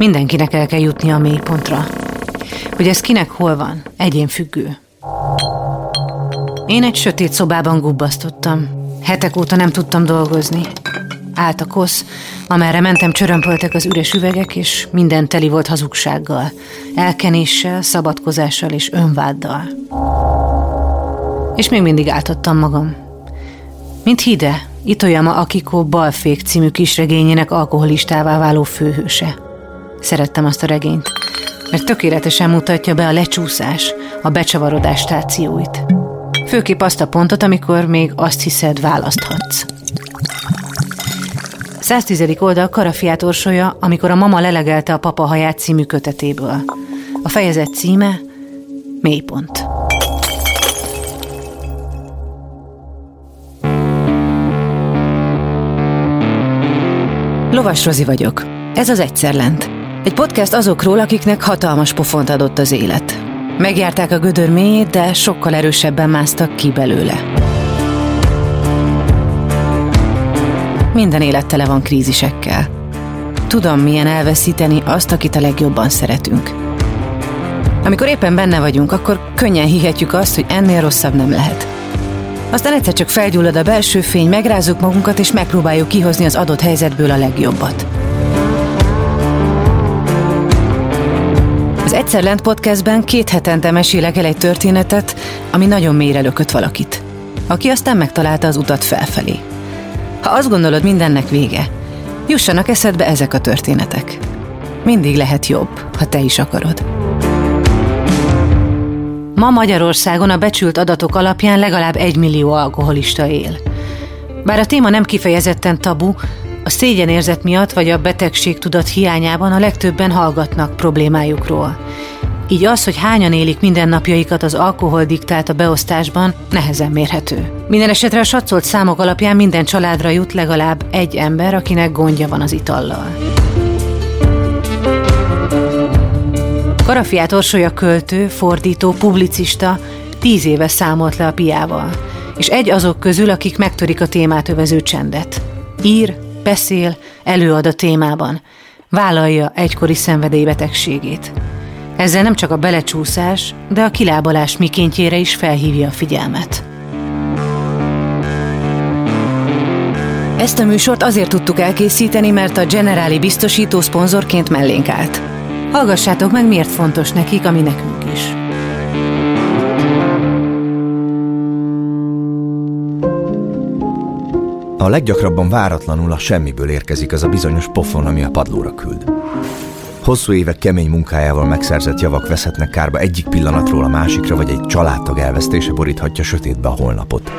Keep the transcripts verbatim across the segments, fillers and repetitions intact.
Mindenkinek el kell jutni a mélypontra. Hogy ez kinek hol van, egyénfüggő. Én egy sötét szobában gubbasztottam. Hetek óta nem tudtam dolgozni. Állt a kosz, amerre mentem, csörömpöltek az üres üvegek, és minden teli volt hazugsággal, elkenéssel, szabadkozással és önváddal. És még mindig áltattam magam. Mint Hide, Itoyama Akiko Balfék című kisregényének alkoholistává váló főhőse. Szerettem azt a regényt, mert tökéletesen mutatja be a lecsúszás, a becsavarodás stációit. Főképp azt a pontot, amikor még azt hiszed, választhatsz. száztízedik oldal Karafiát orsolya, amikor a mama lelegelte a papa haját című kötetéből. A fejezet címe Mélypont. Lovas Rozi vagyok. Ez az Egyszer Lent. Egy podcast azokról, akiknek hatalmas pofont adott az élet. Megjárták a gödör mélyét, de sokkal erősebben másztak ki belőle. Minden élet tele van krízisekkel. Tudom, milyen elveszíteni azt, akit a legjobban szeretünk. Amikor éppen benne vagyunk, akkor könnyen hihetjük azt, hogy ennél rosszabb nem lehet. Aztán egyszer csak felgyullad a belső fény, megrázzuk magunkat, és megpróbáljuk kihozni az adott helyzetből a legjobbat. Az Egyszer Lent podcastben két hetente mesélek el egy történetet, ami nagyon mélyre lökött valakit, aki aztán megtalálta az utat felfelé. Ha azt gondolod, mindennek vége, jussanak eszedbe ezek a történetek. Mindig lehet jobb, ha te is akarod. Ma Magyarországon a becsült adatok alapján legalább egy millió alkoholista él. Bár a téma nem kifejezetten tabu, a szégyenérzet miatt vagy a betegségtudat hiányában a legtöbben hallgatnak problémájukról. Így az, hogy hányan élik mindennapjaikat az alkohol diktálta beosztásban, nehezen mérhető. Minden esetre a satszolt számok alapján minden családra jut legalább egy ember, akinek gondja van az itallal. Karafiát orsolya költő, fordító, publicista tíz éve számolt le a piával, és egy azok közül, akik megtörik a témát övező csendet. Ír, beszél, előad a témában, vállalja egykori szenvedélybetegségét. Ezzel nem csak a belecsúszás, de a kilábalás mikéntjére is felhívja a figyelmet. Ezt a műsort azért tudtuk elkészíteni, mert a Generali biztosító szponzorként mellénk állt. Hallgassátok meg, miért fontos nekik, ami nekünk is. A leggyakrabban váratlanul a semmiből érkezik az a bizonyos pofon, ami a padlóra küld. Hosszú évek kemény munkájával megszerzett javak veszhetnek kárba egyik pillanatról a másikra, vagy egy családtag elvesztése boríthatja sötétbe a holnapot.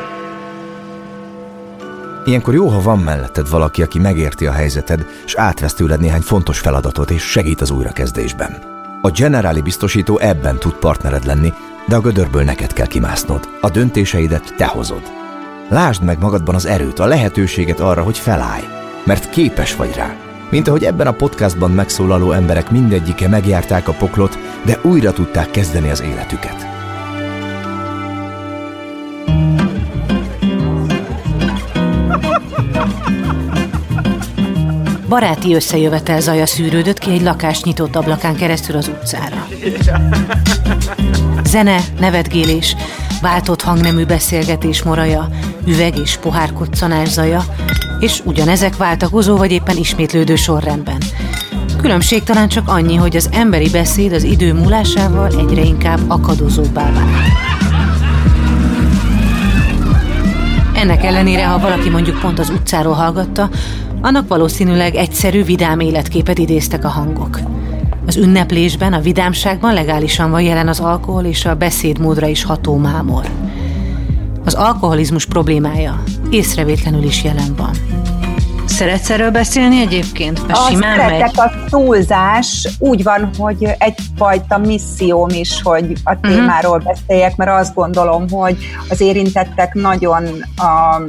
Ilyenkor jó, ha van melletted valaki, aki megérti a helyzeted, és átvesz tőled néhány fontos feladatot, és segít az újrakezdésben. A Generali biztosító ebben tud partnered lenni, de a gödörből neked kell kimásznod. A döntéseidet te hozod. Lásd meg magadban az erőt, a lehetőséget arra, hogy felállj, mert képes vagy rá. Mint ahogy ebben a podcastban megszólaló emberek mindegyike megjárták a poklot, de újra tudták kezdeni az életüket. Baráti összejövetel zaja szűrődött ki egy lakás nyitott ablakán keresztül az utcára. Zene, nevetgélés, váltott hangnemű beszélgetés moraja, üveg és pohárkoccanás zaja, és ugyanezek váltakozó vagy éppen ismétlődő sorrendben. Különbség talán csak annyi, hogy az emberi beszéd az idő múlásával egyre inkább akadozóbbá vált. Ennek ellenére, ha valaki mondjuk pont az utcáról hallgatta, annak valószínűleg egyszerű, vidám életképet idéztek a hangok. Az ünneplésben, a vidámságban legálisan van jelen az alkohol és a beszédmódra is ható mámor. Az alkoholizmus problémája észrevétlenül is jelen van. Szeretsz erről beszélni egyébként? Azt szeretek, a túlzás úgy van, hogy egyfajta misszióm is, hogy a témáról beszéljek, mert azt gondolom, hogy az érintettek nagyon a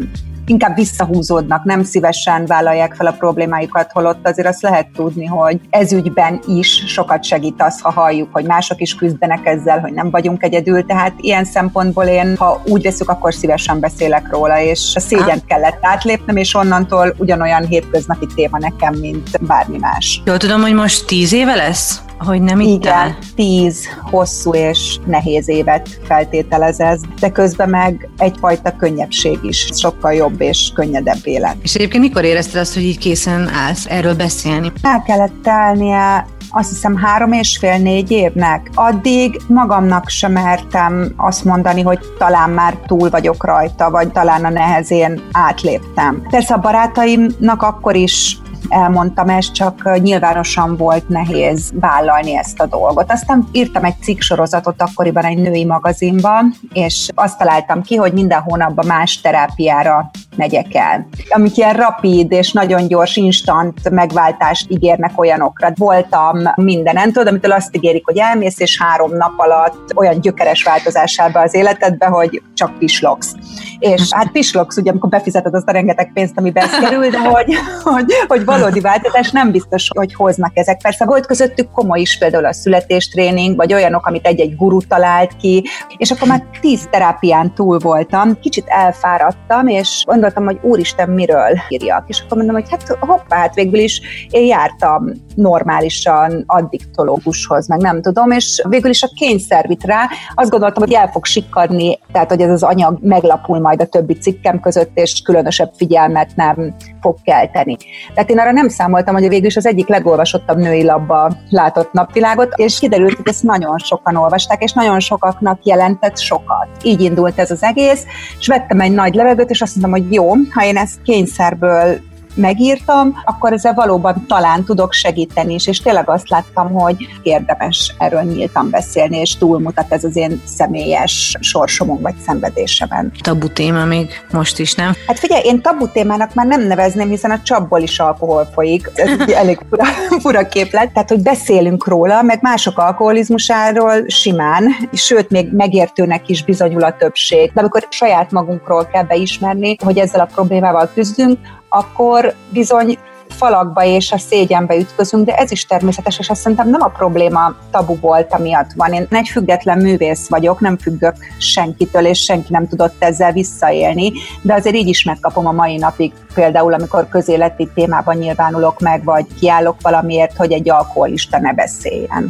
inkább visszahúzódnak, nem szívesen vállalják fel a problémájukat, holott azért azt lehet tudni, hogy ez ügyben is sokat segít az, ha halljuk, hogy mások is küzdenek ezzel, hogy nem vagyunk egyedül, tehát ilyen szempontból én, ha úgy veszük, akkor szívesen beszélek róla, és a szégyent kellett átlépnem, és onnantól ugyanolyan hétköznapi téma nekem, mint bármi más. Jól tudom, hogy most tíz éve lesz? Hogy nem ittál? Igen, tíz hosszú és nehéz évet feltételez ez, de közben meg egyfajta könnyebbség is, sokkal jobb és könnyedebb élet. És egyébként mikor érezted azt, hogy így készen állsz erről beszélni? El kellett telnie azt hiszem három és fél, négy évnek. Addig magamnak sem mertem azt mondani, hogy talán már túl vagyok rajta, vagy talán a nehezén átléptem. Persze a barátaimnak akkor is elmondtam ezt, csak nyilvánosan volt nehéz vállalni ezt a dolgot. Aztán írtam egy cikksorozatot akkoriban egy női magazinban, és azt találtam ki, hogy minden hónapban más terápiára megyek el. Amik ilyen rapid és nagyon gyors, instant megváltást ígérnek olyanokra. Voltam mindenen, tudod, amitől azt ígérik, hogy elmész, és három nap alatt olyan gyökeres változásába az életedbe, hogy csak pislogsz. És hát pislogsz, ugye, amikor befizeted azt a rengeteg pénzt, amibe ez kerül, de hogy, hogy, hogy valódi változás nem biztos, hogy hoznak ezek. Persze volt közöttük komoly is, például a születéstréning, vagy olyanok, amit egy-egy guru talált ki, és akkor már tíz terápián túl voltam, kicsit elfáradtam, és gondoltam, hogy úristen, miről írjak. És akkor mondom, hogy hát hoppá, hát végül is én jártam normálisan addiktológushoz, meg nem tudom, és végül is a kényszer vitt rá. Azt gondoltam, hogy el fog sikkadni, tehát hogy ez az anyag meglapul majd a többi cikkem között, és különösebb figyelmet nem fog kelteni. Tehát én arra nem számoltam, hogy végül is az egyik legolvasottabb női labba látott napvilágot, és kiderült, hogy ezt nagyon sokan olvasták, és nagyon sokaknak jelentett sokat. Így indult ez az egész, és vettem egy nagy levegőt, és azt mondtam, hogy jó, ha én ezt kényszerből megírtam, akkor ezzel valóban talán tudok segíteni is, és tényleg azt láttam, hogy érdemes erről nyíltan beszélni, és túlmutat ez az én személyes sorsomon vagy szenvedésemen. Tabu téma még most is, nem? Hát figyelj, én tabu témának már nem nevezném, hiszen a csapból is alkohol folyik. Ez egy elég fura, fura képlet. Tehát, hogy beszélünk róla, meg mások alkoholizmusáról simán, sőt, még megértőnek is bizonyul a többség. De amikor saját magunkról kell beismerni, hogy ezzel a problémával küzdünk, akkor bizony falakba és a szégyenbe ütközünk, de ez is természetes, és azt szerintem nem a probléma tabu volt, amiatt van. Én egy független művész vagyok, nem függök senkitől, és senki nem tudott ezzel visszaélni, de azért így is megkapom a mai napig, például amikor közéleti témában nyilvánulok meg, vagy kiállok valamiért, hogy egy alkoholista ne beszéljen.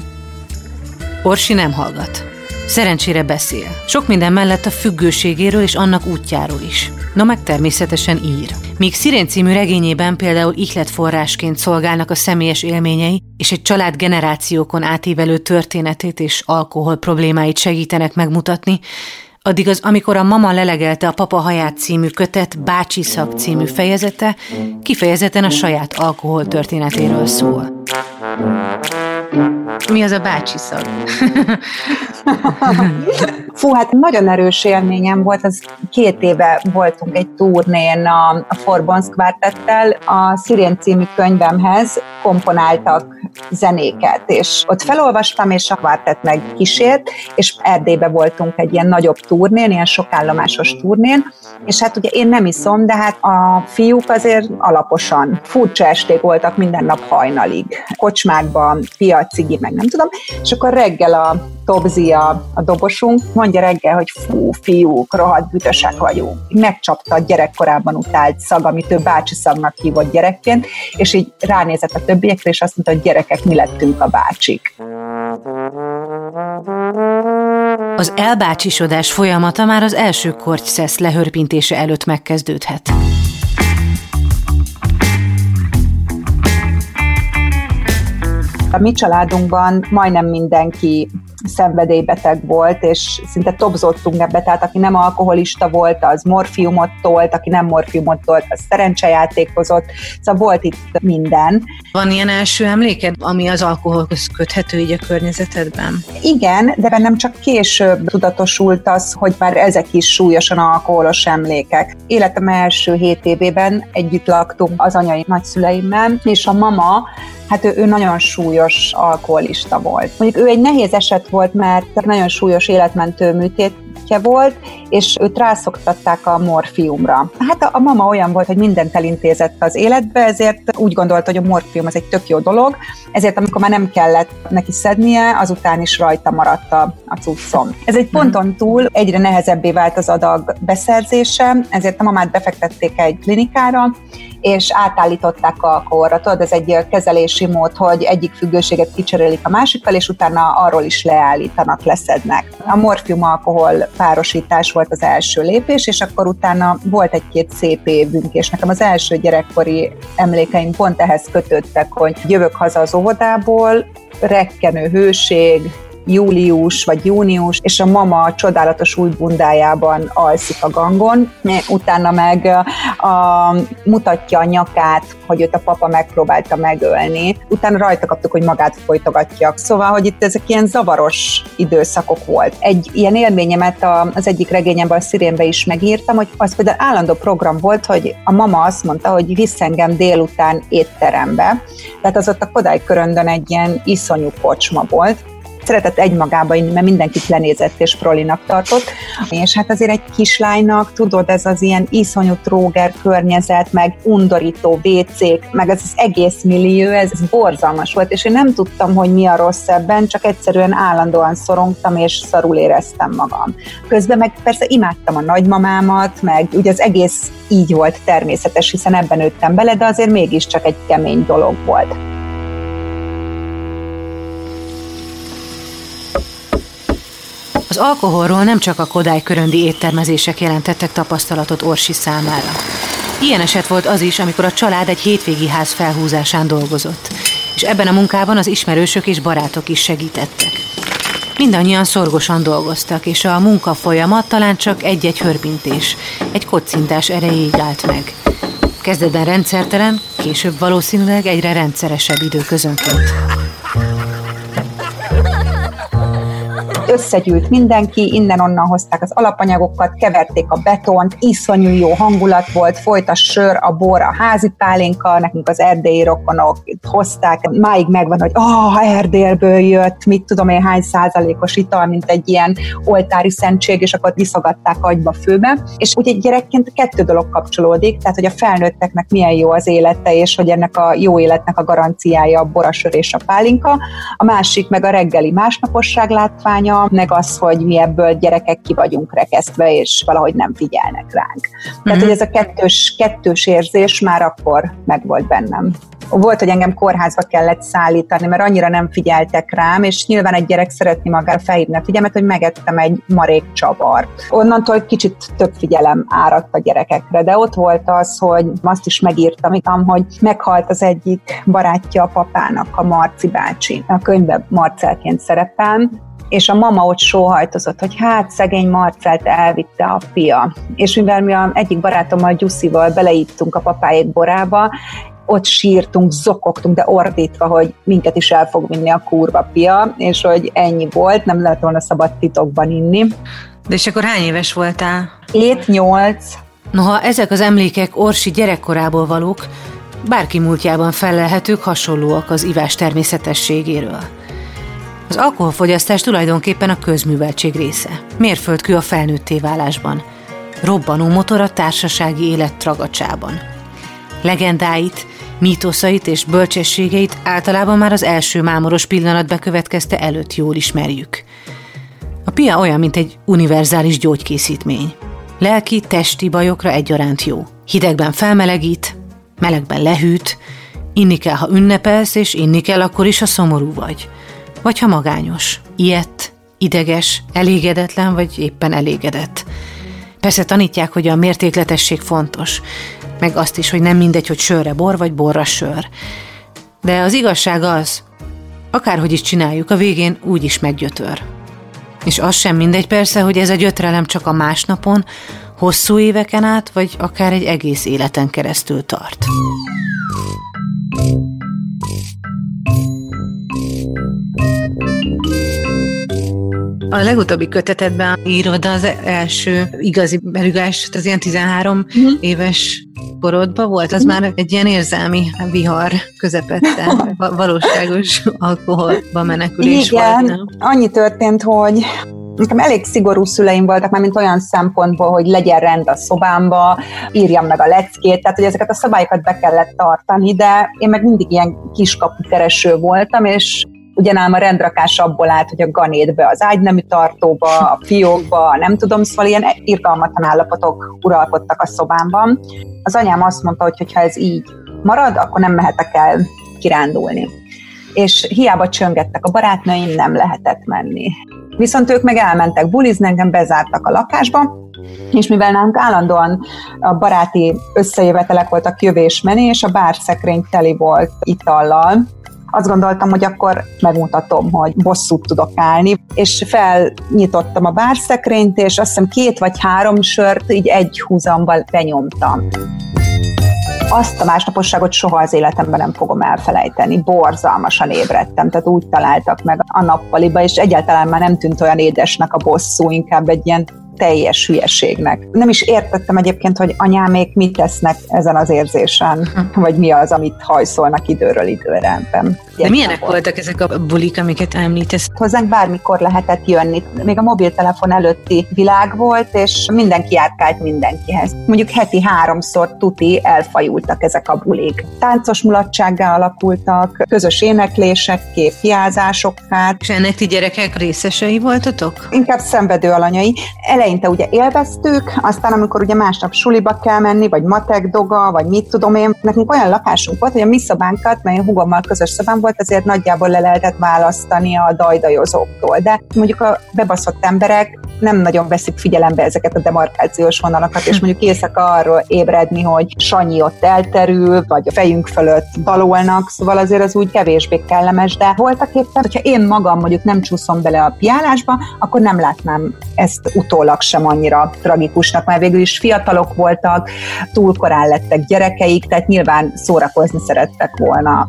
Orsi nem hallgat. Szerencsére beszél. Sok minden mellett a függőségéről és annak útjáról is. No meg természetesen ír. Míg Szirén című regényében például ihletforrásként szolgálnak a személyes élményei, és egy család generációkon átívelő történetét és alkohol problémáit segítenek megmutatni, addig az, amikor a Mama lelegelte a papa haját című kötet Bácsi szag című fejezete kifejezetten a saját alkohol történetéről szól. Mi az a bácsi szag? Fú, hát nagyon erős élményem volt, az két éve voltunk egy turnén a, a Forbons Quartettel, a Szirén című könyvemhez komponáltak zenéket, és ott felolvastam, és a Quartet meg kísért, és Erdélybe voltunk egy ilyen nagyobb turnén, ilyen sokállomásos turnén, és hát ugye én nem iszom, de hát a fiúk azért alaposan furcsa esték voltak minden nap hajnalig, kocsmákban, piacigi, meg nem tudom, és akkor reggel a Tobzi, a, a dobosunk, mondja reggel, hogy fú, fiúk, rohadt bütösek vagyunk. Megcsapta a gyerekkorában utált szag, amit ő bácsi szagnak hívott gyerekként, és így ránézett a többiekre, és azt mondta, hogy gyerekek, mi lettünk a bácsik. Az elbácsisodás folyamata már az első kortyszesz lehörpintése előtt megkezdődhet. A mi családunkban majdnem mindenki szenvedélybeteg volt, és szinte tobzottunk ebbe, tehát aki nem alkoholista volt, az morfiumot tolt, aki nem morfiumot tolt, az szerencsejátékozott, szóval volt itt minden. Van ilyen első emléked, ami az alkoholhoz köthető így a környezetedben? Igen, de bennem csak később tudatosult az, hogy már ezek is súlyosan alkoholos emlékek. Életem első hét évében együtt laktunk az anyai nagyszüleimmel, és a mama Hát ő, ő nagyon súlyos alkoholista volt. Mondjuk ő egy nehéz eset volt, mert nagyon súlyos életmentő műtét volt, és őt rászoktatták a morfiumra. Hát a, a mama olyan volt, hogy mindent elintézett az életbe, ezért úgy gondolta, hogy a morfium az egy tök jó dolog, ezért amikor már nem kellett neki szednie, azután is rajta maradt a, a cuccom. Ez egy ponton túl egyre nehezebbé vált az adag beszerzése, ezért a mamát befektették egy klinikára, és átállították a alkoholra. Tudod, ez egy kezelési mód, hogy egyik függőséget kicserélik a másikkal, és utána arról is leállítanak, leszednek. A morfium-alkohol párosítás volt az első lépés, és akkor utána volt egy-két szép évünk, és nekem az első gyerekkori emlékeim pont ehhez kötődtek, hogy jövök haza az óvodából, rekkenő hőség, július vagy június, és a mama a csodálatos új bundájában alszik a gangon, utána meg a, a, mutatja a nyakát, hogy őt a papa megpróbálta megölni, utána rajta kaptuk, hogy magát folytogatja. Szóval, hogy itt ezek ilyen zavaros időszakok volt. Egy ilyen élményemet a, az egyik regényemben, a Szirénben is megírtam, hogy az például állandó program volt, hogy a mama azt mondta, hogy visz engem délután étterembe, tehát az ott a Kodály Köröndön egy ilyen iszonyú kocsma volt, szeretett egymagába inni, mert mindenkit lenézett és prolinak tartott. És hát azért egy kislánynak, tudod, ez az ilyen iszonyú tróger környezet, meg undorító vécék, meg ez az egész millió, ez, ez borzalmas volt, és én nem tudtam, hogy mi a rossz ebben, csak egyszerűen állandóan szorongtam, és szarul éreztem magam. Közben meg persze imádtam a nagymamámat, meg ugye az egész így volt természetes, hiszen ebben nőttem bele, de azért mégiscsak egy kemény dolog volt. Az alkoholról nem csak a Kodály Köröndi éttermezések jelentettek tapasztalatot Orsi számára. Ilyen eset volt az is, amikor a család egy hétvégi ház felhúzásán dolgozott, és ebben a munkában az ismerősök és barátok is segítettek. Mindannyian szorgosan dolgoztak, és a munka folyamat talán csak egy-egy hörpintés, egy kocintás erejéig állt meg. Kezdetben rendszertelen, később valószínűleg egyre rendszeresebb időközönként. Összegyűlt mindenki, innen-onnan hozták az alapanyagokat, keverték a betont, iszonyú jó hangulat volt, folyt a sör, a bor, a házi pálinka, nekünk az erdélyi rokonok hozták, máig megvan, hogy ah, Erdélyből jött, mit tudom én, hány százalékos ital, mint egy ilyen oltári szentség, és akkor viszogatták agyba főbe. És ugye gyerekként kettő dolog kapcsolódik, tehát hogy a felnőtteknek milyen jó az élete, és hogy ennek a jó életnek a garanciája a bor, a sör és a pálinka. A másik meg a reggeli másnaposság látványa, meg az, hogy mi ebből gyerekek ki vagyunk rekesztve, és valahogy nem figyelnek ránk. Tehát, mm-hmm. hogy ez a kettős, kettős érzés már akkor megvolt bennem. Volt, hogy engem kórházba kellett szállítani, mert annyira nem figyeltek rám, és nyilván egy gyerek szeretni magára felhívni a figyelmet, hogy megettem egy marék csavart. Onnantól kicsit több figyelem áradt a gyerekekre, de ott volt az, hogy azt is megírtam, hogy meghalt az egyik barátja a papának, a Marci bácsi. A könyvben Marcelként szerepel, és a mama ott sóhajtozott, hogy hát szegény Marcelt elvitte a fia. És mivel mi a egyik barátommal, Gyuszival beleíttunk a papájék borába, ott sírtunk, zokogtunk, de ordítva, hogy minket is el fog vinni a kurva pia, és hogy ennyi volt, nem lehet volna szabad titokban inni. De és akkor hány éves voltál? hét-nyolc. Noha ezek az emlékek Orsi gyerekkorából valók, bárki múltjában fellelhetők, hasonlóak az ivás természetességéről. Az alkoholfogyasztás tulajdonképpen a közműveltség része. Mérföldkő a felnőtté válásban. Robbanó motor a társasági élet tragacsában. Legendáit, mítoszait és bölcsességeit általában már az első mámoros pillanat bekövetkezte előtt jól ismerjük. A pia olyan, mint egy univerzális gyógykészítmény. Lelki, testi bajokra egyaránt jó. Hidegben felmelegít, melegben lehűt, inni kell, ha ünnepelsz, és inni kell akkor is, ha szomorú vagy. Vagy ha magányos, ilyet, ideges, elégedetlen, vagy éppen elégedett. Persze tanítják, hogy a mértékletesség fontos, meg azt is, hogy nem mindegy, hogy sörre bor, vagy borra sör. De az igazság az, akárhogy is csináljuk, a végén úgyis meggyötör. És az sem mindegy persze, hogy ez a gyötrelem csak a másnapon, hosszú éveken át, vagy akár egy egész életen keresztül tart. A legutóbbi kötetedben írod az első igazi belügást, az ilyen tizenhárom uh-huh. éves korodban volt, az uh-huh. már egy ilyen érzelmi vihar közepette, valóságos alkoholba menekülés igen, volt. Igen, annyi történt, hogy nekem elég szigorú szüleim voltak, már mint olyan szempontból, hogy legyen rend a szobámba, írjam meg a leckét, tehát hogy ezeket a szabályokat be kellett tartani, de én meg mindig ilyen kiskapukereső voltam, és ugyanám a rendrakás abból állt, hogy a ganétbe, az ágynemű tartóba, a fiókba, nem tudom, szóval ilyen irgalmatlan állapotok uralkodtak a szobámban. Az anyám azt mondta, hogy ha ez így marad, akkor nem mehetek el kirándulni. És hiába csöngettek a barátnőim, nem lehetett menni. Viszont ők meg elmentek bulizni, engem bezártak a lakásba, és mivel nálunk állandóan a baráti összejövetelek voltak jövés-menés, a bárszekrény teli volt itallal, azt gondoltam, hogy akkor megmutatom, hogy bosszút tudok állni, és felnyitottam a bárszekrényt, és azt hiszem két vagy három sört így egy húzamban benyomtam. Azt a másnaposságot soha az életemben nem fogom elfelejteni. Borzalmasan ébredtem, tehát úgy találtak meg a nappaliba, és egyáltalán már nem tűnt olyan édesnek a bosszú, inkább egy ilyen teljes hülyeségnek. Nem is értettem egyébként, hogy anyámék mit tesznek ezen az érzésen, vagy mi az, amit hajszolnak időről időre. De milyenek volt. voltak ezek a bulik, amiket említesz? Hozzánk bármikor lehetett jönni. Még a mobiltelefon előtti világ volt, és mindenki járkált mindenkihez. Mondjuk heti háromszor tuti elfajultak ezek a bulik. Táncos mulatsággá alakultak, közös éneklések, képhiázásokká. És ennek ti gyerekek részesei voltatok? Inkább szenvedő alanyai. Eleinte ugye élveztük, aztán amikor ugye másnap suliba kell menni, vagy matek doga, vagy mit tudom én, nekünk olyan lakásunk volt, hogy a mi szobánkat, mert én húgommal közös szobám volt, ezért nagyjából le lehetett választani a dajdajozóktól. De mondjuk a bebaszott emberek nem nagyon veszik figyelembe ezeket a demarkációs vonalakat, és mondjuk éjszaka arról ébredni, hogy Sanyi ott elterül, vagy a fejünk fölött dalolnak, szóval azért az úgy kevésbé kellemes, de voltak éppen, hogyha én magam mondjuk nem csúszom bele a piálásba, akkor nem látnám ezt utólag sem annyira tragikusnak, mert végül is fiatalok voltak, túl korán lettek gyerekeik, tehát nyilván szórakozni szerettek volna.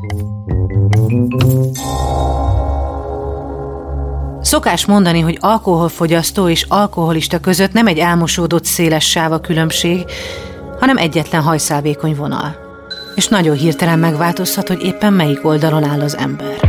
Szokás mondani, hogy alkoholfogyasztó és alkoholista között nem egy elmosódott széles sáv a különbség, hanem egyetlen hajszálvékony vonal. És nagyon hirtelen megváltozhat, hogy éppen melyik oldalon áll az ember.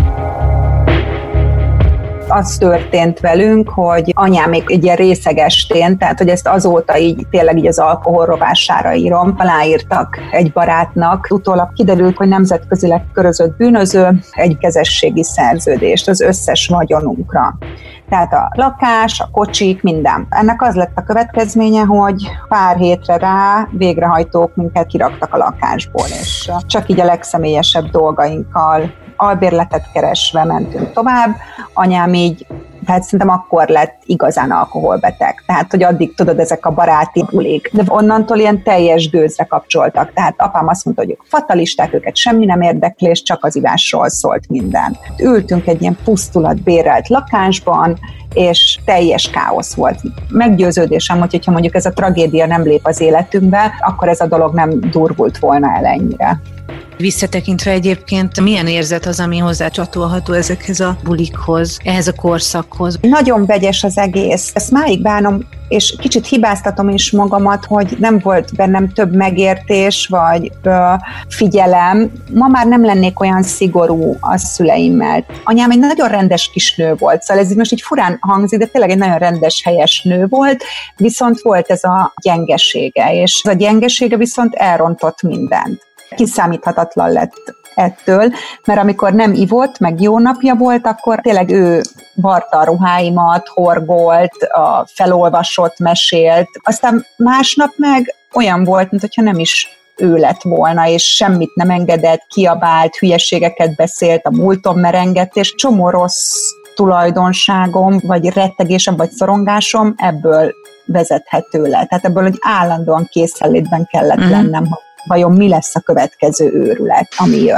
Az történt velünk, hogy anyám még egy ilyen részegestén, tehát hogy ezt azóta így tényleg így az alkohol rovására írom, aláírtak egy barátnak. Utólag kiderült, hogy nemzetközileg körözött bűnöző egy kezességi szerződést az összes vagyonunkra. Tehát a lakás, a kocsik, minden. Ennek az lett a következménye, hogy pár hétre rá végrehajtók minket kiraktak a lakásból, és csak így a legszemélyesebb dolgainkkal albérletet keresve mentünk tovább. Anyám így, tehát szerintem akkor lett igazán alkoholbeteg. Tehát, hogy addig tudod, ezek a baráti bulik. De onnantól ilyen teljes gőzre kapcsoltak. Tehát apám azt mondta, hogy ők fatalisták, őket semmi nem érdekli, és csak az ivásról szólt minden. Ültünk egy ilyen pusztulat bérelt lakásban, és teljes káosz volt. Meggyőződésem, hogy ha mondjuk ez a tragédia nem lép az életünkbe, akkor ez a dolog nem durvult volna el ennyire. Visszatekintve egyébként, milyen érzet az, ami hozzácsatolható ezekhez a bulikhoz, ehhez a korszakhoz? Nagyon vegyes az egész. Ezt máig bánom, és kicsit hibáztatom is magamat, hogy nem volt bennem több megértés, vagy ö, figyelem. Ma már nem lennék olyan szigorú a szüleimmel. Anyám egy nagyon rendes kis nő volt, szóval ez most így furán hangzik, de tényleg egy nagyon rendes, helyes nő volt, viszont volt ez a gyengesége, és ez a gyengesége viszont elrontott mindent. Kiszámíthatatlan lett ettől, mert amikor nem ivott, meg jó napja volt, akkor tényleg ő varta a ruháimat, horgolt, a felolvasott, mesélt. Aztán másnap meg olyan volt, mintha nem is ő lett volna, és semmit nem engedett, kiabált, hülyeségeket beszélt, a múlton merengett, és csomó rossz tulajdonságom, vagy rettegésem, vagy szorongásom ebből vezethető le. Tehát ebből, hogy állandóan készenlétben kellett mm. lennem, vajon mi lesz a következő őrület, ami jön.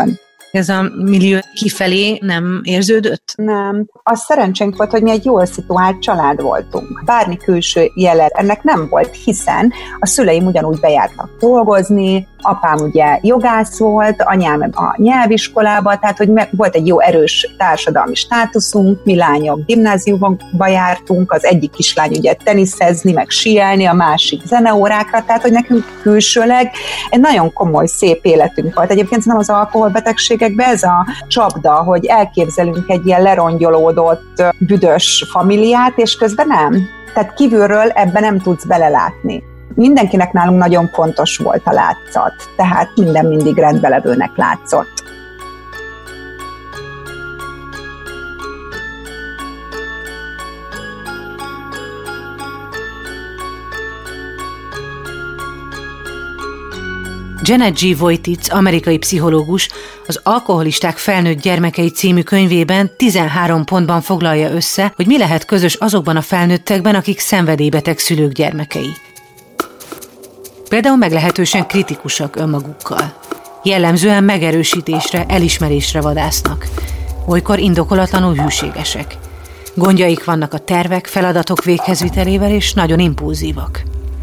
Ez a millió kifelé nem érződött? Nem. Az szerencsénk volt, hogy mi egy jól szituált család voltunk. Bármi külső jele ennek nem volt, hiszen a szüleim ugyanúgy bejártak dolgozni, apám ugye jogász volt, anyám a nyelviskolába, tehát hogy volt egy jó erős társadalmi státuszunk, mi lányok gimnáziumba jártunk, az egyik kislány ugye teniszezni, meg síelni, a másik zeneórákra, tehát hogy nekünk külsőleg egy nagyon komoly, szép életünk volt. Egyébként nem az alkoholbetegségekben ez a csapda, hogy elképzelünk egy ilyen lerongyolódott, büdös familiát, és közben nem. Tehát kívülről ebben nem tudsz belelátni. Mindenkinek nálunk nagyon fontos volt a látszat, tehát minden mindig rendbelevőnek látszott. Janet G. Vojtic, amerikai pszichológus, az Alkoholisták felnőtt gyermekei című könyvében tizenhárom pontban foglalja össze, hogy mi lehet közös azokban a felnőttekben, akik szenvedélybeteg szülők gyermekei. Például meglehetősen kritikusak önmagukkal. Jellemzően megerősítésre, elismerésre vadásznak. Olykor indokolatlanul hűségesek. Gondjaik vannak a tervek, feladatok véghezvitelével, és nagyon impulzívak.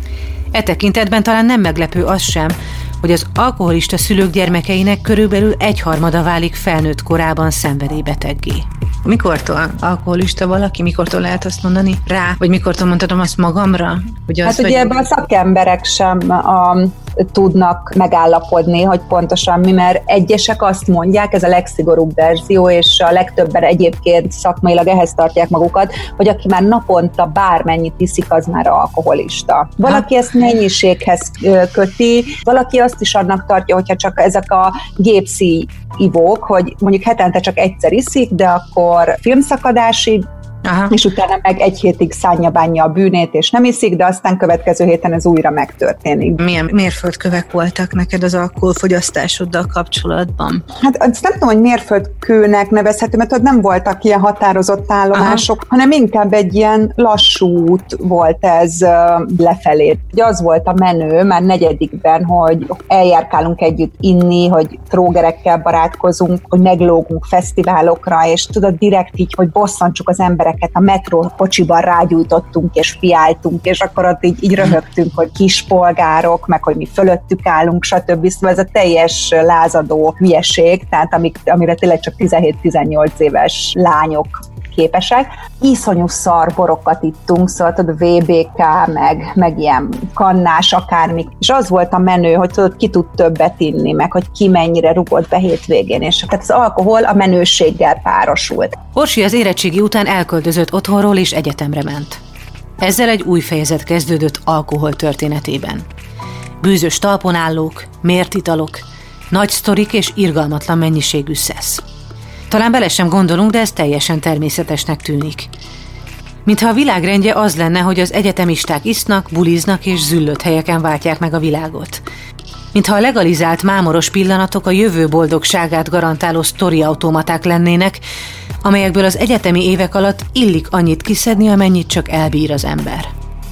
E tekintetben talán nem meglepő az sem, hogy az alkoholista szülők gyermekeinek körülbelül egyharmada válik felnőtt korában szenvedélybeteggé. Mikortól alkoholista valaki? Mikortól lehet azt mondani rá? Vagy mikortól mondhatom azt magamra? Hogy az, hát hogy... ugye ebben a szakemberek sem a, tudnak megállapodni, hogy pontosan mi, mert egyesek azt mondják, ez a legszigorúbb verzió, és a legtöbben egyébként szakmailag ehhez tartják magukat, hogy aki már naponta bármennyit iszik, az már alkoholista. Valaki ha. ezt mennyiséghez köti, valaki azt is annak tartja, hogyha csak ezek a gépszíj ivók, hogy mondjuk hetente csak egyszer iszik, de akkor filmszakadásig, aha. és utána meg egy hétig szánja bánja a bűnét, és nem iszik, de aztán következő héten ez újra megtörténik. Milyen mérföldkövek voltak neked az alkoholfogyasztásoddal kapcsolatban? Hát azt nem tudom, hogy mérföldkőnek nevezhető, mert ott nem voltak ilyen határozott állomások, aha. hanem inkább egy ilyen lassú út volt ez lefelé. Ugye az volt a menő már negyedikben, hogy eljárkálunk együtt inni, hogy trógerekkel barátkozunk, hogy meglógunk fesztiválokra, és tudod, direkt így, hogy bosszantsuk az emberek, a metró kocsiban rágyújtottunk és fiáltunk, és akkor ott így, így röhögtünk, hogy kispolgárok, meg hogy mi fölöttük állunk, stb. Szóval ez a teljes lázadó hülyeség, tehát amik, amire tényleg csak tizenhét-tizennyolc éves lányok képesek. Iszonyú szar borokat ittunk, szóval tudod, vé bé ká, meg, meg ilyen kannás, akármik. És az volt a menő, hogy tudod, ki tud többet inni, meg hogy ki mennyire rugott be hétvégén. És tehát az alkohol a menőséggel párosult. Orsi az érettségi után elköltözött otthonról és egyetemre ment. Ezzel egy új fejezet kezdődött alkohol történetében. Bűzös talponállók, mért italok, nagy sztorik és irgalmatlan mennyiségű szesz. Talán bele sem gondolunk, de ez teljesen természetesnek tűnik. Mintha a világrendje az lenne, hogy az egyetemisták isznak, buliznak és züllött helyeken váltják meg a világot. Mintha a legalizált mámoros pillanatok a jövő boldogságát garantáló sztoriautomaták lennének, amelyekből az egyetemi évek alatt illik annyit kiszedni, amennyit csak elbír az ember.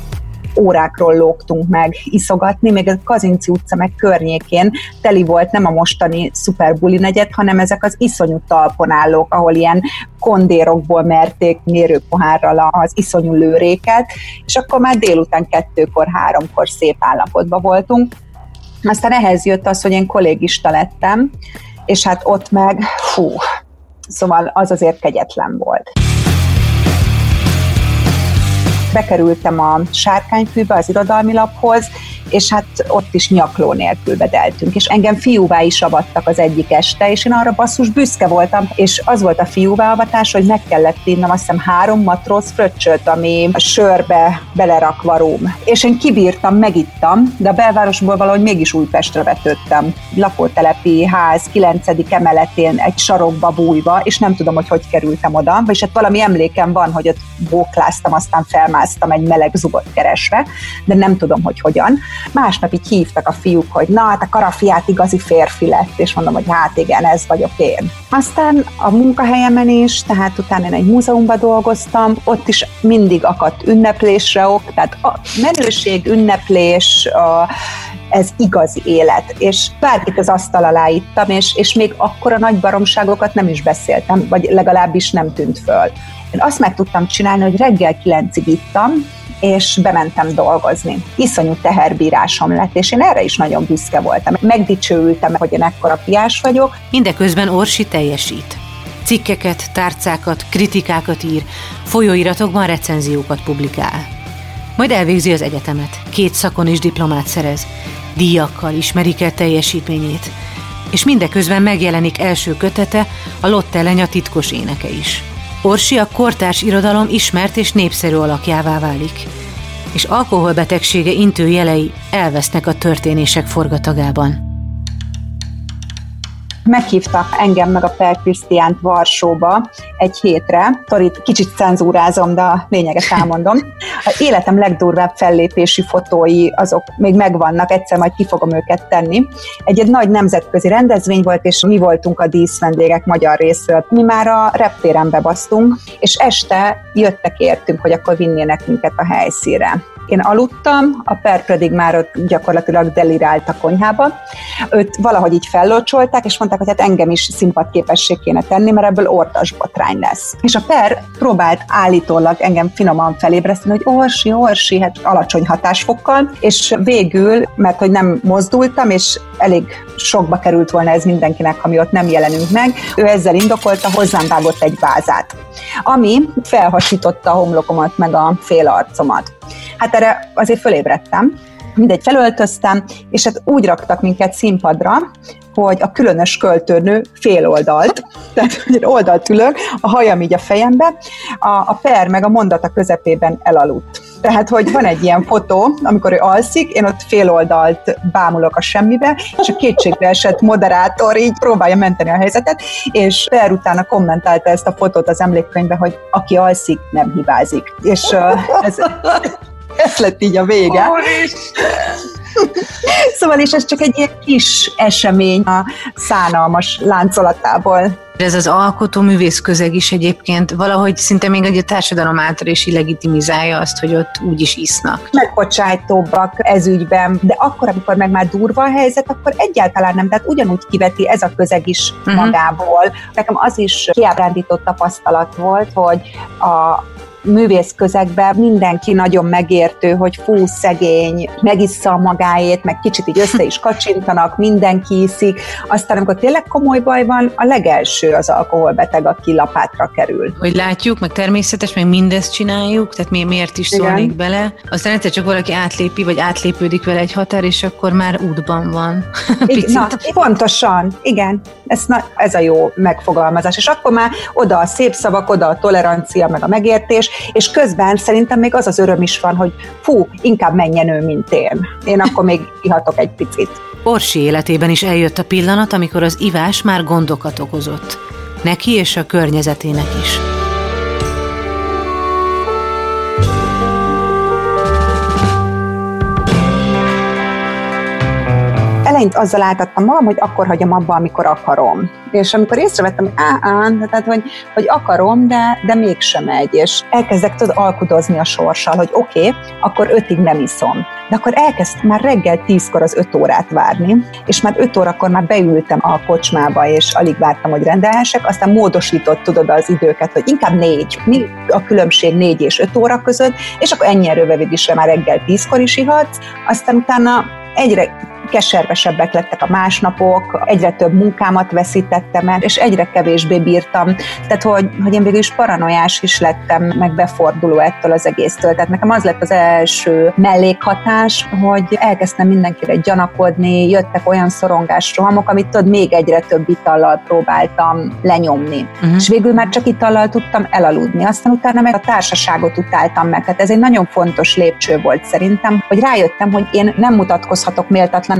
Órákról lógtunk meg iszogatni, még a Kazinczy utca meg környékén teli volt nem a mostani szuperbuli negyed, hanem ezek az iszonyú talponállók, ahol ilyen kondérokból merték mérőpohárral az iszonyú lőréket, és akkor már délután kettőkor, háromkor szép állapotban voltunk. Aztán ehhez jött az, hogy én kollégista lettem, és hát ott meg, fú, szóval az azért kegyetlen volt. Bekerültem a Sárkányfűbe, az irodalmi laphoz, és hát ott is nyakló nélkül bedeltünk, és engem fiúvá is avattak az egyik este, és én arra basszus büszke voltam, és az volt a fiúvá avatás, hogy meg kellett innom azt hiszem három matróz fröccsöt, ami a sörbe belerakva rum. És én kibírtam, megittam, de a belvárosból valahogy mégis Újpestre vetődtem. Lakótelepi ház kilencedik emeletén egy sarokba bújva, és nem tudom, hogy hogy kerültem oda, és hát valami emlékem van, hogy ott bókláztam, aztán felmászni másztam egy meleg zugot keresve, de nem tudom, hogy hogyan. Másnap így hívtak a fiúk, hogy na, hát a Karafiát igazi férfi lett, és mondom, hogy hát igen, ez vagyok én. Aztán a munkahelyemen is, tehát utána én egy múzeumban dolgoztam, ott is mindig akadt ünneplésre ok, tehát a menőség, ünneplés, a, ez igazi élet, és bárkit az asztal alá ittam, és, és még akkora nagy baromságokat nem is beszéltem, vagy legalábbis nem tűnt föl. Én azt meg tudtam csinálni, hogy reggel kilencig ittam, és bementem dolgozni. Iszonyú teherbírásom lett, és én erre is nagyon büszke voltam. Megdicsőültem, hogy én ekkora piás vagyok. Mindeközben Orsi teljesít. Cikkeket, tárcákat, kritikákat ír, folyóiratokban recenziókat publikál. Majd elvégzi az egyetemet, két szakon is diplomát szerez, díjakkal ismerik el teljesítményét, és mindeközben megjelenik első kötete, a Lotte Lenya titkos éneke is. Orsi a kortárs irodalom ismert és népszerű alakjává válik, és alkoholbetegsége intő jelei elvesznek a történések forgatagában. Meghívtak engem meg a Per Krisztiánt Varsóba egy hétre. Torit kicsit cenzúrázom, de a lényeget elmondom. Az életem legdurvább fellépési fotói, azok még megvannak, egyszer majd ki fogom őket tenni. Egy, egy nagy nemzetközi rendezvény volt, és mi voltunk a díszvendégek magyar részről. Mi már a reptéren bebasztunk, és este jöttek értünk, hogy akkor vinnének minket a helyszínre. Én aludtam, a Per pedig már ott gyakorlatilag delirált a konyhába. Őt valahogy így fellocsolták, és mondták, hogy hát engem is színpadképessé kéne tenni, mert ebből ordas botrány lesz. És a Per próbált állítólag engem finoman felébreszteni, hogy Orsi, Orsi, hát alacsony hatásfokkal, és végül, mert hogy nem mozdultam, és elég sokba került volna ez mindenkinek, ami ott nem jelenünk meg, ő ezzel indokolta, hozzám vágott egy vázát, ami felhasította a homlokomat meg a fél arcomat. Hát erre azért fölébredtem, mindegy, felöltöztem, és hát úgy raktak minket színpadra, hogy a különös költőnő fél oldalt, tehát hogy oldalt ülök, a hajam így a fejembe, a, a Per meg a mondata közepében elaludt. Tehát, hogy van egy ilyen fotó, amikor ő alszik, én ott fél oldalt bámulok a semmibe, és a kétségbe esett moderátor így próbálja menteni a helyzetet, és Per utána kommentálta ezt a fotót az emlékkönyvbe, hogy aki alszik, nem hibázik. És uh, ez... Ez lett így a vége. Szóval és ez csak egy ilyen kis esemény a szánalmas láncolatából. Ez az alkotóművész közeg is egyébként valahogy szinte még egy a társadalom által is legitimizálja azt, hogy ott úgy is isznak. Megbocsájtóbbak ez ügyben, de akkor, amikor meg már durva a helyzet, akkor egyáltalán nem, tehát ugyanúgy kiveti ez a közeg is uh-huh. magából. Nekem az is kiábrándított tapasztalat volt, hogy a művész közegben mindenki nagyon megértő, hogy fú, szegény, megissza magáét, meg kicsit így össze is kacsintanak, mindenki iszik. Aztán, amikor tényleg komoly baj van, a legelső az alkoholbeteg, aki lapátra kerül. Hogy látjuk, meg természetes, meg mindezt csináljuk, tehát mi miért is szólnék Igen. bele. Aztán egyszer csak valaki átlépi, vagy átlépődik vele egy határ, és akkor már útban van. Na, pontosan, igen. Ez, na, ez a jó megfogalmazás. És akkor már oda a szép szavak, oda a tolerancia, meg a megértés, és közben szerintem még az az öröm is van, hogy fú, inkább menjen ő, mint én. Én akkor még ihatok egy picit. Orsi életében is eljött a pillanat, amikor az ivás már gondokat okozott. Neki és a környezetének is. Eleint azzal áltattam magam, hogy akkor hagyom abba, amikor akarom. És amikor észrevettem, hogy á, á, tehát, hogy, hogy akarom, de, de mégsem megy, és elkezdek tudod alkudozni a sorssal, hogy oké, okay, akkor ötig nem iszom. De akkor elkezdtem már reggel tízkor az öt órát várni, és már öt órakor már beültem a kocsmába, és alig vártam, hogy rendelhessek, aztán módosított tudod az időket, hogy inkább négy. Mi a különbség négy és öt óra között, és akkor ennyien rövidítésre már reggel tízkor is ihatsz, aztán utána egyre keservesebbek lettek a másnapok, egyre több munkámat veszítettem el, és egyre kevésbé bírtam. Tehát, hogy, hogy én végül is paranoiás is lettem, meg beforduló ettől az egésztől. Tehát nekem az lett az első mellékhatás, hogy elkezdtem mindenkire gyanakodni, jöttek olyan szorongásrohamok, amit tudod, még egyre több itallal próbáltam lenyomni. Uh-huh. És végül már csak itallal tudtam elaludni. Aztán utána meg a társaságot utáltam meg. Tehát ez egy nagyon fontos lépcső volt szerintem, hogy rájöttem, hogy én nem mutatkozhatok méltatlan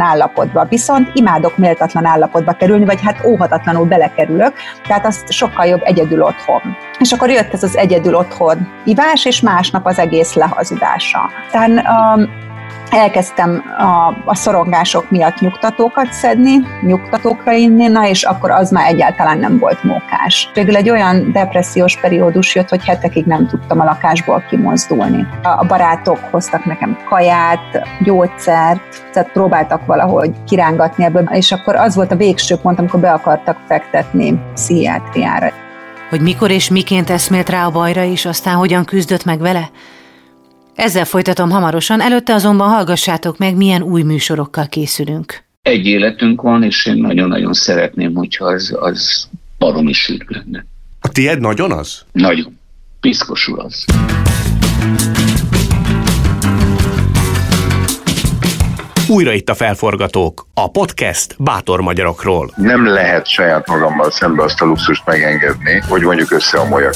állapotba. Viszont imádok méltatlan állapotba kerülni, vagy hát óhatatlanul belekerülök, tehát azt sokkal jobb egyedül otthon. És akkor jött ez az egyedül otthon ivás, és másnap az egész lehazudása. Tehát um, elkezdtem a, a szorongások miatt nyugtatókat szedni, nyugtatókra inni, na és akkor az már egyáltalán nem volt mókás. Végül egy olyan depressziós periódus jött, hogy hetekig nem tudtam a lakásból kimozdulni. A barátok hoztak nekem kaját, gyógyszert, tehát próbáltak valahogy kirángatni ebből, és akkor az volt a végső pont, amikor be akartak fektetni pszichiátriára. Hogy mikor és miként eszmélt rá a bajra, és aztán hogyan küzdött meg vele? Ezzel folytatom hamarosan, előtte azonban hallgassátok meg, milyen új műsorokkal készülünk. Egy életünk van, és én nagyon-nagyon szeretném, hogyha az, az baromi sűrű lenne. A tiéd nagyon az? Nagyon. Piszkosul az. Újra itt a Felforgatók, a podcast bátor magyarokról. Nem lehet saját magammal szembe azt a luxust megengedni, hogy mondjuk összeomoljak.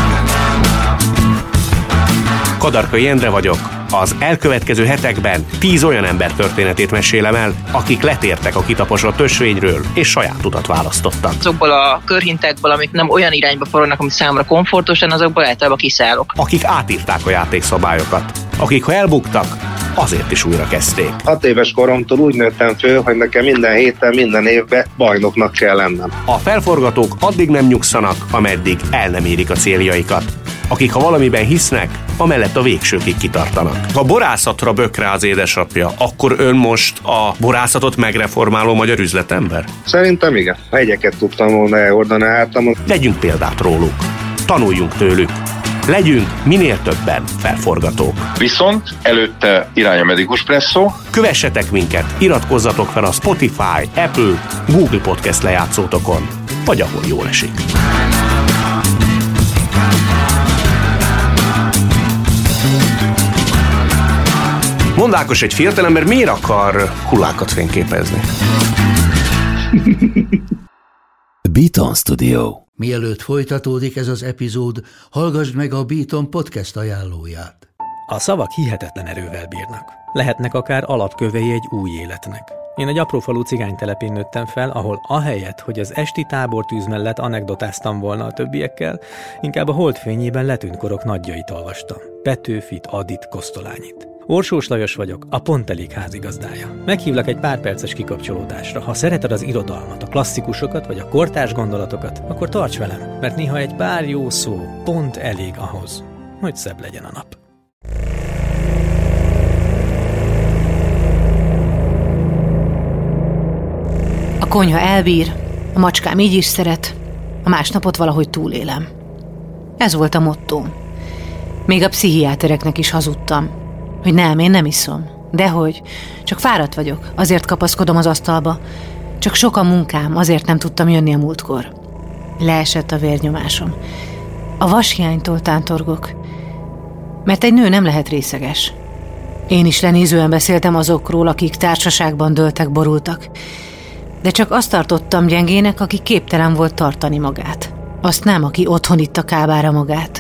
Kadarkai Endre vagyok. Az elkövetkező hetekben tíz olyan ember történetét mesélem el, akik letértek a kitaposott ösvényről, és saját utat választottak. Azokból a körhintekből, amik nem olyan irányba forognak, ami számomra komfortosan, azokból általában kiszállok. Akik átírták a játékszabályokat. Akik, ha elbuktak, azért is újra kezdték. Hat éves koromtól úgy nőttem föl, hogy nekem minden héten, minden évben bajnoknak kell lennem. A Felforgatók addig nem nyugszanak, ameddig el nem érik a céljaikat. Akik, ha valamiben hisznek, amellett a végsőkig kitartanak. Ha borászatra bök rá az édesapja, akkor ön most a borászatot megreformáló magyar üzletember? Szerintem igen. Ha egyeket tudtam volna elhordani hátamon. Legyünk példát róluk. Tanuljunk tőlük. Legyünk minél többen felforgatók. Viszont előtte irány a Medikus Presszó. Kövessetek minket, iratkozzatok fel a Spotify, Apple, Google Podcast lejátszótokon, vagy ahol jól esik. Mondákos, egy fiatalember miért akar hullákat fényképezni? Beaton Studio. Mielőtt folytatódik ez az epizód, hallgassd meg a Beaton podcast ajánlóját. A szavak hihetetlen erővel bírnak. Lehetnek akár alapkövei egy új életnek. Én egy aprófalu cigánytelepén nőttem fel, ahol ahelyett, hogy az esti tábortűz mellett anekdotáztam volna a többiekkel, inkább a holdfényében letűnt korok nagyjait olvastam. Petőfit, Adit, Kosztolányit. Orsós Lajos vagyok, a Pont Elég házigazdája. Meghívlak egy pár perces kikapcsolódásra. Ha szereted az irodalmat, a klasszikusokat vagy a kortárs gondolatokat, akkor tarts velem, mert néha egy pár jó szó pont elég ahhoz, hogy szebb legyen a nap. A konyha elbír, a macskám így is szeret, a másnapot valahogy túlélem. Ez volt a mottóm. Még a pszichiátereknek is hazudtam, hogy nem, én nem iszom. Dehogy, csak fáradt vagyok, azért kapaszkodom az asztalba. Csak sok a munkám, azért nem tudtam jönni a múltkor. Leesett a vérnyomásom. A vashiánytól tántorgok. Mert egy nő nem lehet részeges. Én is lenézően beszéltem azokról, akik társaságban dőltek, borultak. De csak azt tartottam gyengének, aki képtelen volt tartani magát. Azt nem, aki otthon itta kábára magát.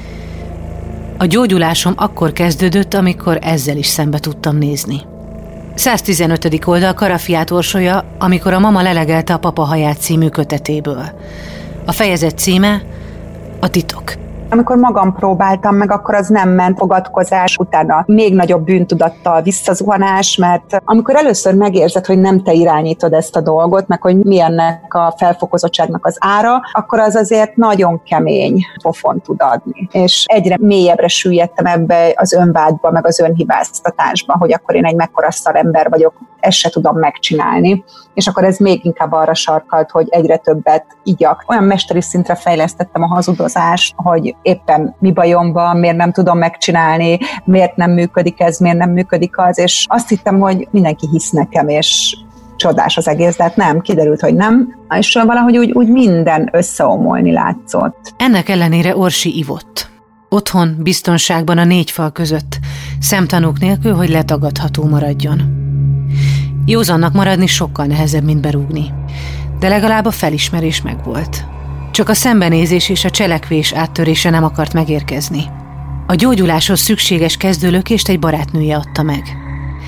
A gyógyulásom akkor kezdődött, amikor ezzel is szembe tudtam nézni. száztizenötödik oldal Karafiát orsolya, amikor a mama lelegelte a papa haját című kötetéből. A fejezet címe a titok. Amikor magam próbáltam meg, akkor az nem ment, fogadkozás, utána még nagyobb bűntudattal visszazuhanás, mert amikor először megérzed, hogy nem te irányítod ezt a dolgot, meg hogy mi ennek a felfokozottságnak az ára, akkor az azért nagyon kemény pofon tud adni. És egyre mélyebbre süllyedtem ebbe az önvádba, meg az önhibáztatásba, hogy akkor én egy mekkora szarember vagyok, ezt se tudom megcsinálni. És akkor ez még inkább arra sarkalt, hogy egyre többet igyak. Olyan mesteri szintre fejlesztettem a hazudozást, hogy éppen mi bajom van, miért nem tudom megcsinálni, miért nem működik ez, miért nem működik az, és azt hittem, hogy mindenki hisz nekem, és csodás az egész, de hát nem, kiderült, hogy nem, és valahogy úgy, úgy minden összeomolni látszott. Ennek ellenére Orsi ivott. Otthon, biztonságban a négy fal között, szemtanúk nélkül, hogy letagadható maradjon. Józannak maradni sokkal nehezebb, mint berúgni, de legalább a felismerés megvolt. Csak a szembenézés és a cselekvés áttörése nem akart megérkezni. A gyógyuláshoz szükséges kezdőlökést egy barátnője adta meg.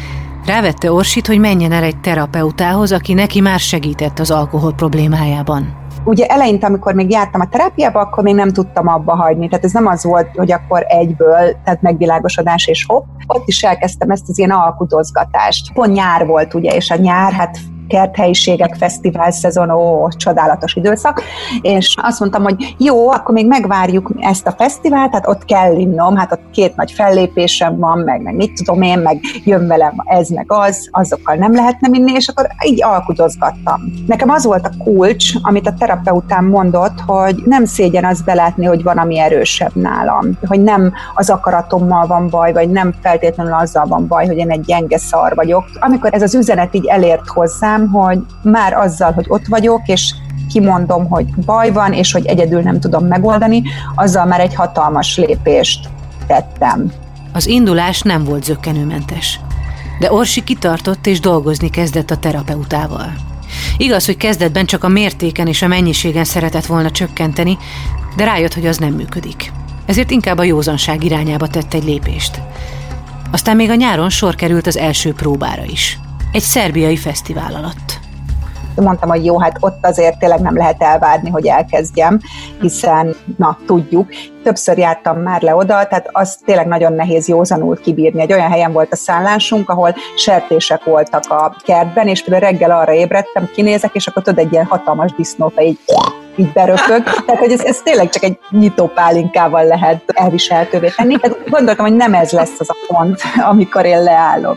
Rávette Orsit, hogy menjen el egy terapeutához, aki neki már segített az alkohol problémájában. Ugye eleinte, amikor még jártam a terápiába, akkor még nem tudtam abba hagyni. Tehát ez nem az volt, hogy akkor egyből, tehát megvilágosodás és hopp. Ott is elkezdtem ezt az ilyen alkudozgatást. Pont nyár volt, ugye, és a nyár, hát kerthelyiségek, fesztivál szezon, ó, csodálatos időszak, és azt mondtam, hogy jó, akkor még megvárjuk ezt a fesztivált, tehát ott kell innom, hát ott két nagy fellépésem van, meg, meg mit tudom én, meg jön velem ez, meg az, azokkal nem lehetne inni, és akkor így alkudozgattam. Nekem az volt a kulcs, amit a terapeutám mondott, hogy nem szégyen az belátni, hogy van, ami erősebb nálam, hogy nem az akaratommal van baj, vagy nem feltétlenül azzal van baj, hogy én egy gyenge szar vagyok. Amikor ez az üzenet így elért hozzám, hogy már azzal, hogy ott vagyok, és kimondom, hogy baj van, és hogy egyedül nem tudom megoldani, azzal már egy hatalmas lépést tettem. Az indulás nem volt zökkenőmentes, de Orsi kitartott és dolgozni kezdett a terapeutával. Igaz, hogy kezdetben csak a mértéken és a mennyiségen szeretett volna csökkenteni, de rájött, hogy az nem működik. Ezért inkább a józanság irányába tett egy lépést. Aztán még a nyáron sor került az első próbára is. Egy szerbiai fesztivál alatt. Mondtam, hogy jó, hát ott azért tényleg nem lehet elvárni, hogy elkezdjem, hiszen, na, tudjuk, többször jártam már le oda, tehát az tényleg nagyon nehéz józanul kibírni. Egy olyan helyen volt a szállásunk, ahol sertések voltak a kertben, és például reggel arra ébredtem, kinézek, és akkor tudod, egy ilyen hatalmas disznófej így, így beröpög. Tehát, hogy ez, ez tényleg csak egy nyitópálinkával lehet elviselhetővé tenni. Tehát gondoltam, hogy nem ez lesz az a pont, amikor én leállok.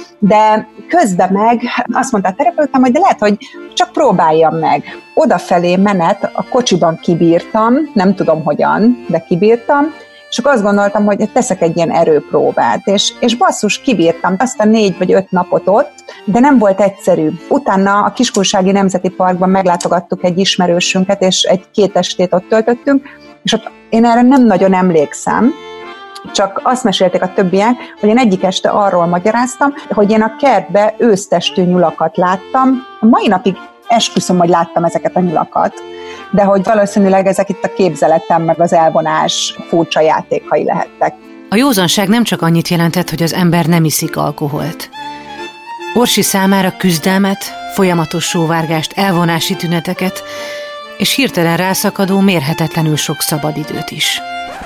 De közben meg azt mondta a terapeutám, hogy de lehet, hogy csak próbáljam meg. Odafelé menet a kocsiban kibírtam, nem tudom hogyan, de kibírtam, és akkor azt gondoltam, hogy teszek egy ilyen erőpróbát, és, és basszus, kibírtam azt a négy vagy öt napot ott, de nem volt egyszerű. Utána a Kiskunsági Nemzeti Parkban meglátogattuk egy ismerősünket, és egy két estét ott töltöttünk, és ott én erre nem nagyon emlékszem, csak azt mesélték a többiek, hogy én egyik este arról magyaráztam, hogy én a kertbe ősztestű nyulakat láttam. A mai napig esküszöm, hogy láttam ezeket a nyulakat, de hogy valószínűleg ezek itt a képzeletem meg az elvonás furcsa játékai lehettek. A józanság nem csak annyit jelentett, hogy az ember nem iszik alkoholt. Orsi számára küzdelmet, folyamatos sóvárgást, elvonási tüneteket, és hirtelen rászakadó, mérhetetlenül sok szabadidőt is.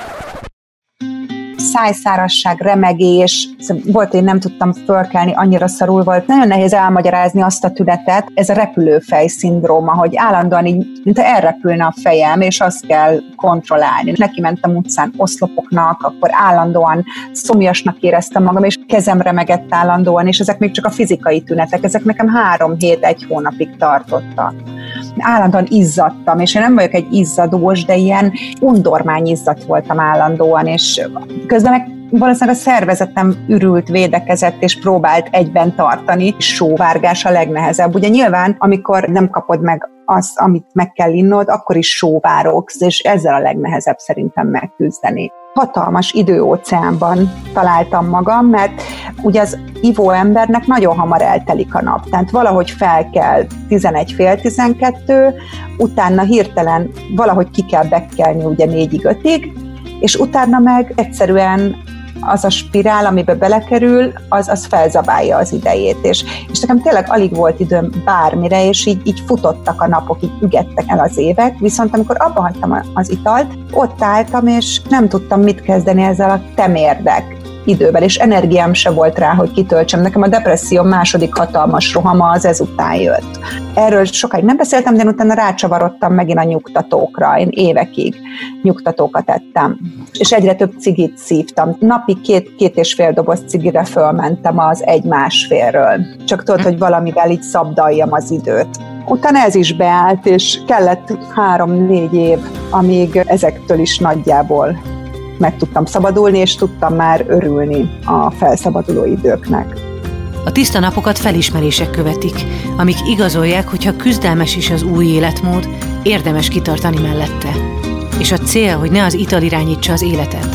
Szájszárasság, remegés, volt, én nem tudtam fölkelni, annyira szarul volt. Nagyon nehéz elmagyarázni azt a tünetet, ez a repülőfej szindróma, hogy állandóan így, mintha elrepülne a fejem, és azt kell kontrollálni. Neki mentem utcán oszlopoknak, akkor állandóan szomjasnak éreztem magam, és kezem remegett állandóan, és ezek még csak a fizikai tünetek, ezek nekem három hét, egy hónapig tartottak. Állandóan izzadtam, és én nem vagyok egy izzadós, de ilyen undormány izzat voltam állandóan, és közben meg valószínűleg a szervezetem ürült, védekezett, és próbált egyben tartani. Sóvárgás a legnehezebb. Ugye nyilván, amikor nem kapod meg azt, amit meg kell innod, akkor is sóvárogsz, és ezzel a legnehezebb szerintem megküzdeni. Hatalmas időóceánban találtam magam, mert ugye az ivó embernek nagyon hamar eltelik a nap. Tehát valahogy fel kell tizenegy fél tizenkettő, utána hirtelen valahogy ki kell bekkelni ugye négyig ötig, és utána meg egyszerűen az a spirál, amiben belekerül, az, az felzabálja az idejét. És, és nekem tényleg alig volt időm bármire, és így, így futottak a napok, így ügettek el az évek, viszont amikor abba hagytam az italt, ott álltam, és nem tudtam mit kezdeni ezzel a temérdek idővel, és energiám se volt rá, hogy kitöltsem. Nekem a depresszió második hatalmas rohama az ezután jött. Erről sokáig nem beszéltem, de utána rácsavarodtam megint a nyugtatókra. Én évekig nyugtatókat ettem. És egyre több cigit szívtam. Napi két, két és fél doboz cigire fölmentem az egy másfélről. Csak tudod, hogy valamivel így szabdaljam az időt. Utána ez is beállt, és kellett három-négy év, amíg ezektől is nagyjából meg tudtam szabadulni, és tudtam már örülni a felszabaduló időknek. A tiszta napokat felismerések követik, amik igazolják, hogyha küzdelmes is az új életmód, érdemes kitartani mellette. És a cél, hogy ne az ital irányítsa az életet,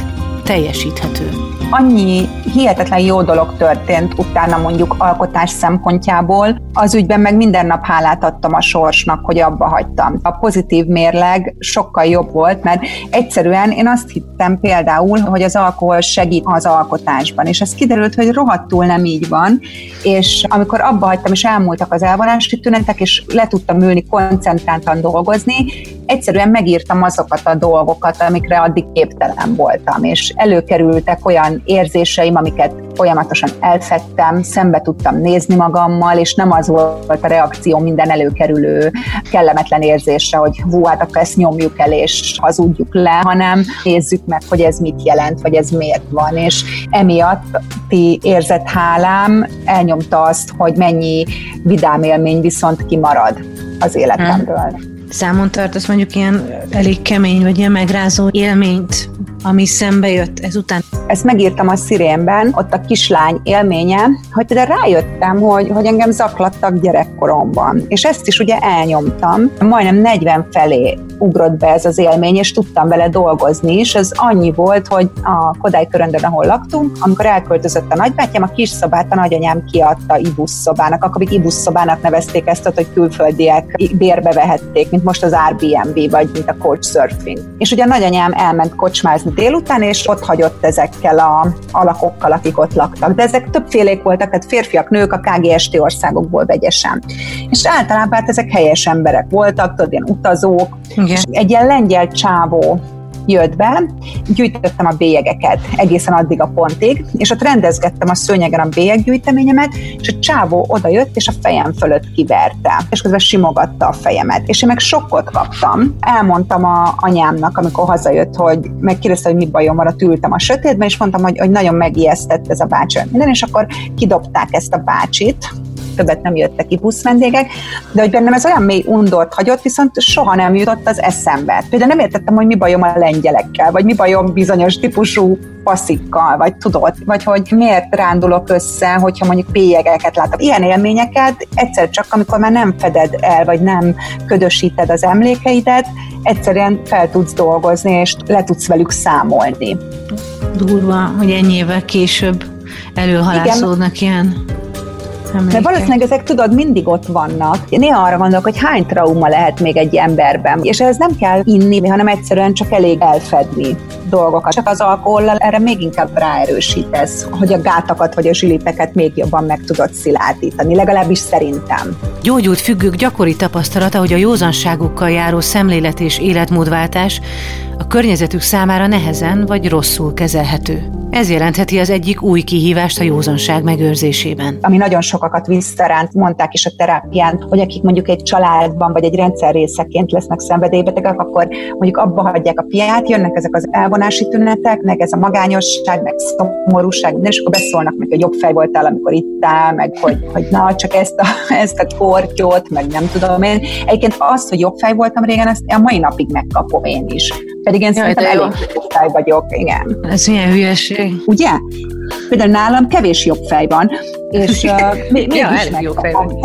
teljesíthető. Annyi hihetetlen jó dolog történt utána mondjuk alkotás szempontjából, az ügyben meg minden nap hálát adtam a sorsnak, hogy abba hagytam. A pozitív mérleg sokkal jobb volt, mert egyszerűen én azt hittem például, hogy az alkohol segít az alkotásban, és ez kiderült, hogy rohadtul nem így van, és amikor abba hagytam, és elmúltak az elvonási tünetek, és le tudtam ülni koncentráltan dolgozni, egyszerűen megírtam azokat a dolgokat, amikre addig képtelen voltam, és előkerültek olyan érzéseim, amiket folyamatosan elfedtem, szembe tudtam nézni magammal, és nem az volt a reakció minden előkerülő kellemetlen érzésre, hogy hú, hát akkor ezt nyomjuk el, és hazudjuk le, hanem nézzük meg, hogy ez mit jelent, vagy ez miért van, és emiatt ti érzett hálám elnyomta azt, hogy mennyi vidám élmény viszont kimarad az életemről. Hmm. Számon tartasz mondjuk ilyen elég kemény, vagy ilyen megrázó élményt, ami szembe jött ezután? Ezt megírtam a Szirénben, ott a kislány élménye, hogy de rájöttem, hogy, hogy engem zaklattak gyerekkoromban. És ezt is ugye elnyomtam. Majdnem negyven felé ugrott be ez az élmény, és tudtam vele dolgozni is. Ez annyi volt, hogy a Kodály Köröndön, ahol laktunk, amikor elköltözött a nagybátyám, a kis szobát a nagyanyám kiadta ibuszszobának. Akkor még ibuszszobának nevezték ezt, hogy külföldiek bérbe vehették, mint most az Airbnb, vagy mint a Couchsurfing. És ugye a nagyanyám elment kocsmázni délután, és ott hagyott ezekkel a alakokkal, akik ott laktak. De ezek többfélék voltak, tehát férfiak, nők a ká gé es té országokból vegyesen. És általában hát ezek helyes emberek voltak, tudod, ilyen utazók. Okay. És egy ilyen lengyel csávó jött be, gyűjtöttem a bélyegeket egészen addig a pontig, és ott rendezgettem a szőnyegen a bélyeggyűjteményemet, és a csávó oda jött, és a fejem fölött kiverte, és közben simogatta a fejemet, és én meg sokkot kaptam. Elmondtam a anyámnak, amikor hazajött, hogy megkérdezte, hogy mi bajom van, ott ültem a sötétben, és mondtam, hogy, hogy nagyon megijesztett ez a bácsi minden, és akkor kidobták ezt a bácsit, többet nem jöttek ki buszvendégek, de hogy bennem ez olyan mély undort hagyott, viszont soha nem jutott az eszembe. Például nem értettem, hogy mi bajom a lengyelekkel, vagy mi bajom bizonyos típusú passzikkal, vagy tudod, vagy hogy miért rándulok össze, hogyha mondjuk bélyegeket látok. Ilyen élményeket egyszer csak, amikor már nem feded el, vagy nem ködösíted az emlékeidet, egyszerűen fel tudsz dolgozni, és le tudsz velük számolni. Durva, hogy ennyi évvel később előhalászódnak ilyen emlékek. De valószínűleg ezek, tudod, mindig ott vannak. Néha arra gondolok, hogy hány trauma lehet még egy emberben, és ez nem kell inni, hanem egyszerűen csak elég elfedni dolgokat. Csak az alkohollal erre még inkább ráerősítesz, hogy a gátakat vagy a zsilipeket még jobban meg tudod szilárdítani, legalábbis szerintem. Gyógyult függők gyakori tapasztalata, hogy a józanságukkal járó szemlélet és életmódváltás a környezetük számára nehezen vagy rosszul kezelhető. Ez jelentheti az egyik új kihívást a józanság megőrzésében. Ami nagyon sokakat visszaránt, mondták is a terápián, hogy akik mondjuk egy családban vagy egy rendszer részeként lesznek szenvedélybetegek, akkor mondjuk abba hagyják a piát, jönnek ezek az elvonási tünetek, meg ez a magányosság, meg szomorúság, minden, és akkor beszólnak meg, hogy jobb fej voltál, amikor ittál, meg hogy, hogy na, csak ezt a, ezt a kortyot, meg nem tudom én. Egyébként azt, hogy jobb fej voltam régen, azt a mai napig megkapom én is. Pedig én szerintem elég jobb fej vagyok, igen. Ez milyen hülyeség. Ugye? Például nálam kevés jobb fej van, és uh, még, ja, mégis megkapom.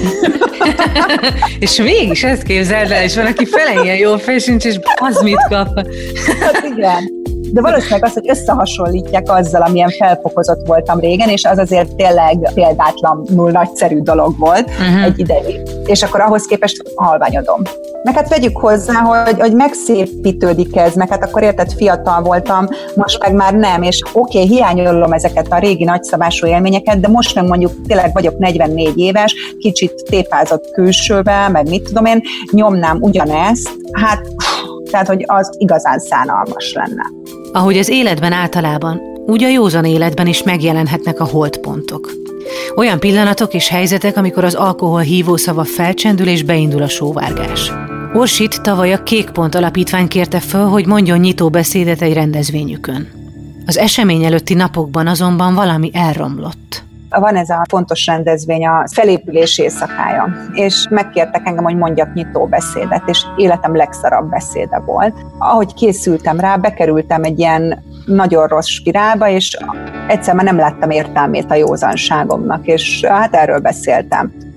És mégis ezt képzeld el, és valaki fele ilyen jó fej sincs, és az mit kap. Hát igen. De valószínűleg az, hogy összehasonlítják azzal, amilyen felfokozott voltam régen, és az azért tényleg példátlanul nagyszerű dolog volt uh-huh. egy ideig. És akkor ahhoz képest halványodom. Meg hát vegyük hozzá, hogy, hogy megszépítődik ez, meg hát akkor érted, fiatal voltam, most meg már nem, és oké, okay, hiányolom ezeket a régi nagyszabású élményeket, de most meg mondjuk tényleg vagyok negyvennégy éves, kicsit tépázott külsővel, meg mit tudom én, nyomnám ugyanezt, hát tehát, hogy az igazán szánalmas lenne. Ahogy az életben általában, úgy a józan életben is megjelenhetnek a holdpontok. Olyan pillanatok és helyzetek, amikor az alkohol hívószava felcsendül és beindul a sóvárgás. Orsit tavaly a Kék Pont Alapítvány kérte föl, hogy mondjon nyitó beszédet egy rendezvényükön. Az esemény előtti napokban azonban valami elromlott. Van ez a fontos rendezvény, a felépülés éjszakája, és megkértek engem, hogy mondjak nyitó beszédet, és életem legszarabb beszéde volt. Ahogy készültem rá, bekerültem egy ilyen nagyon rossz spirálba, és egyszer már nem láttam értelmét a józanságomnak, és hát erről beszéltem.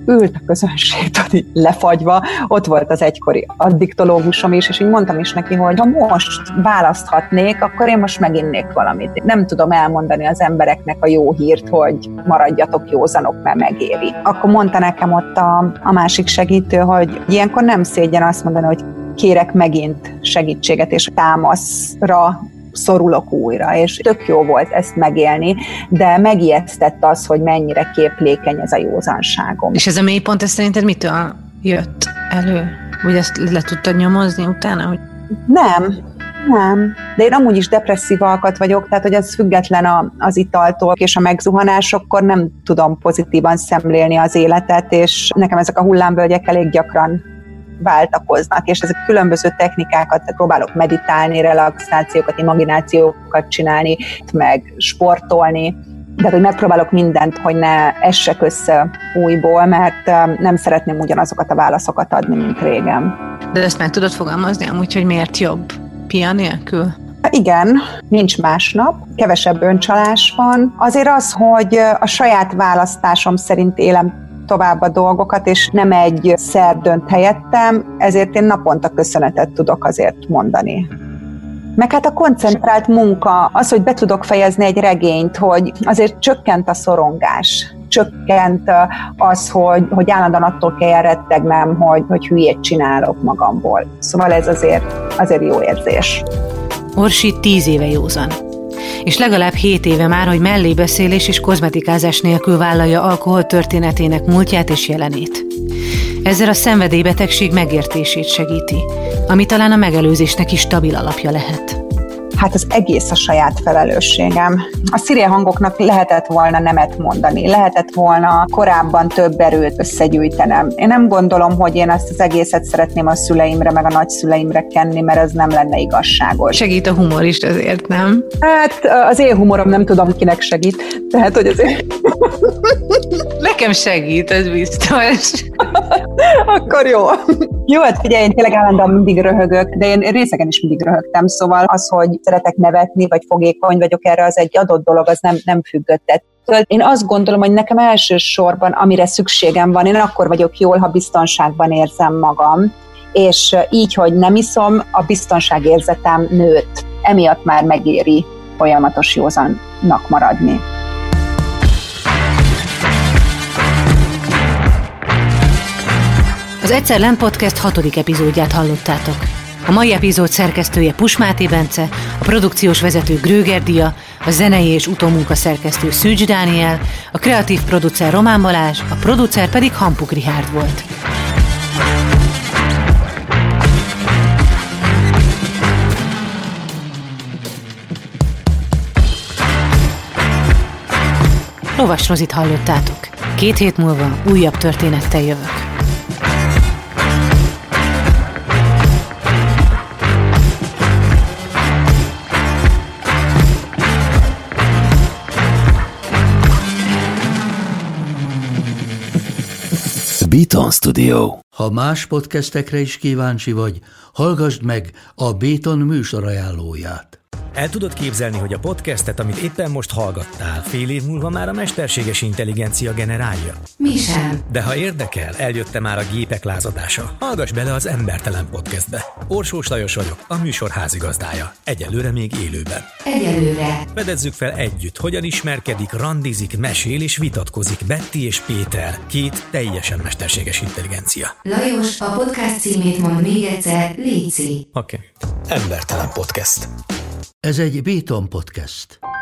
ült a közönség, tudod, lefagyva, ott volt az egykori addiktológusom is, és így mondtam is neki, hogy ha most választhatnék, akkor én most meginnék valamit. Nem tudom elmondani az embereknek a jó hírt, hogy maradjatok józanok, mert megéri. Akkor mondta nekem ott a, a másik segítő, hogy ilyenkor nem szégyen azt mondani, hogy kérek megint segítséget, és támaszra szorulok újra, és tök jó volt ezt megélni, de megijesztett az, hogy mennyire képlékeny ez a józanságom. És ez a mélypont, ez szerinted mitől jött elő? Hogy ezt le tudtad nyomozni utána? Hogy... Nem, nem. De én amúgy is depresszív alkat vagyok, tehát hogy ez független a, az italtól és a megzuhanásokkor nem tudom pozitívan szemlélni az életet, és nekem ezek a hullámvölgyek elég gyakran váltakoznak, és ezek különböző technikákat próbálok meditálni, relaxációkat, imaginációkat csinálni, meg sportolni, de hogy megpróbálok mindent, hogy ne essek össze újból, mert nem szeretném ugyanazokat a válaszokat adni, mint régen. De ezt meg tudod fogalmazni amúgy, hogy miért jobb pia nélkül? Igen, nincs másnap, kevesebb öncsalás van. Azért az, hogy a saját választásom szerint élem tovább a dolgokat, és nem egy szer dönt helyettem, ezért én naponta köszönetet tudok azért mondani. Meg hát a koncentrált munka, az, hogy be tudok fejezni egy regényt, hogy azért csökkent a szorongás, csökkent az, hogy, hogy állandóan attól kell rettegnem, hogy, hogy hülyét csinálok magamból. Szóval ez azért, azért jó érzés. Orsi tíz éve józan. És legalább hét éve már, hogy mellébeszélés és kozmetikázás nélkül vállalja alkohol történetének múltját és jelenét. Ezzel a szenvedélybetegség megértését segíti, ami talán a megelőzésnek is stabil alapja lehet. Hát az egész a saját felelősségem. A szirén hangoknak lehetett volna nemet mondani, lehetett volna korábban több erőt összegyűjtenem. Én nem gondolom, hogy én ezt az egészet szeretném a szüleimre, meg a nagyszüleimre kenni, mert ez nem lenne igazságos. Segít a humor is azért, nem? Hát az én humorom nem tudom, kinek segít. Tehát, hogy azért... Nekem segít, ez biztos. Akkor jó. Jó, hát figyelj, én tényleg állandóan mindig röhögök, de én részegen is mindig röhögtem, szóval az, hogy szeretek nevetni, vagy fogékony vagyok erre, az egy adott dolog, az nem, nem függött. Én azt gondolom, hogy nekem elsősorban, amire szükségem van, én akkor vagyok jól, ha biztonságban érzem magam, és így, hogy nem iszom, a biztonságérzetem nőtt. Emiatt már megéri folyamatos józannak maradni. Az Egyszer Lenn Podcast hatodik epizódját hallottátok. A mai epizód szerkesztője Pus Máté Bence, a produkciós vezető Gröger Dia, a zenei és utómunka szerkesztő Szűcs Dániel, a kreatív producer Román Balázs, a producer pedig Hampuk Richárd volt. Lovas Rozit hallottátok. Két hét múlva újabb történettel jövök. Beaton Studio. Ha más podcastekre is kíváncsi vagy, hallgassd meg a Beaton műsor ajánlóját. El tudod képzelni, hogy a podcastet, amit éppen most hallgattál, fél év múlva már a mesterséges intelligencia generálja? Mi sem. De ha érdekel, eljött már a gépek lázadása. Hallgass bele az Embertelen Podcastbe. Orsós Lajos vagyok, a műsor házigazdája. Egyelőre még élőben. Egyelőre. Fedezzük fel együtt, hogyan ismerkedik, randizik, mesél és vitatkozik Betty és Péter, két teljesen mesterséges intelligencia. Lajos, a podcast címét mond még egyszer, léci. Oké. Okay. Embertelen Podcast. Ez egy Beaton Podcast.